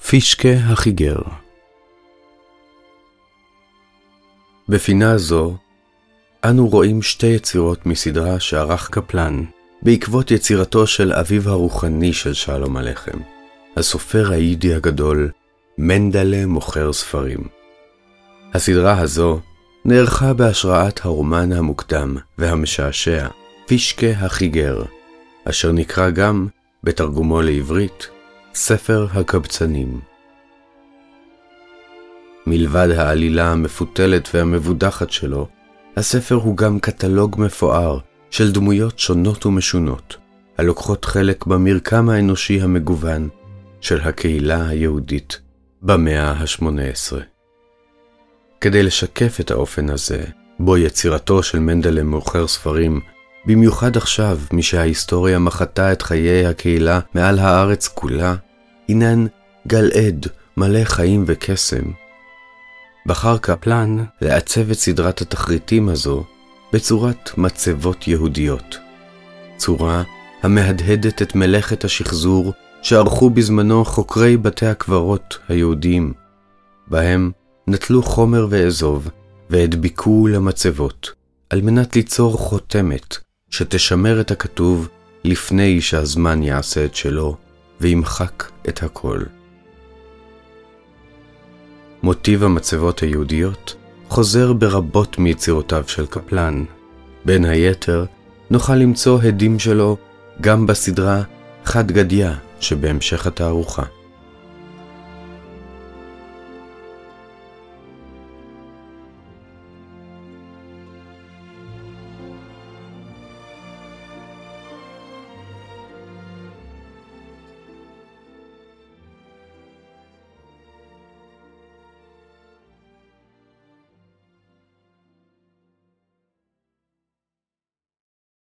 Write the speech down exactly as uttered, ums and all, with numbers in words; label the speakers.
Speaker 1: פישקה החיגר. בפינה זו אנו רואים שתי יצירות מסדרה שערך קפלן בעקבות יצירתו של אביו הרוחני של שלום עליכם, הסופר היידי הגדול מנדלה מוכר ספרים. הסדרה הזו נערכה בהשראת הרומן המוקדם והמשעשע פישקה החיגר, אשר נקרא גם בתרגומו לעברית ספר הקבצנים. מלבד העלילה המפותלת והמבודחת שלו, הספר הוא גם קטלוג מפואר של דמויות שונות ומשונות, הלוקחות חלק במרקם האנושי המגוון של הקהילה היהודית במאה ה-שמונה עשרה. כדי לשקף את האופן הזה, בו יצירתו של מנדלה מוכר ספרים, במיוחד עכשיו משההיסטוריה מחתה את חיי הקהילה מעל הארץ כולה, הינן גל עד מלא חיים וקסם. בחר קפלן לעצב את סדרת התחריטים הזו בצורת מצבות יהודיות, צורה המהדהדת את מלאכת השחזור שערכו בזמנו חוקרי בתי הקברות היהודיים, בהם נטלו חומר ואזוב והדביקו למצבות, על מנת ליצור חותמת שתשמר את הכתוב לפני שהזמן יעשה את שלו וימחק את הכל. מוטיב המצבות היהודיות חוזר ברבות מיצירותיו של קפלן. בין היתר נוכל למצוא הדים שלו גם בסדרה חד גדיה שבהמשך התערוכה.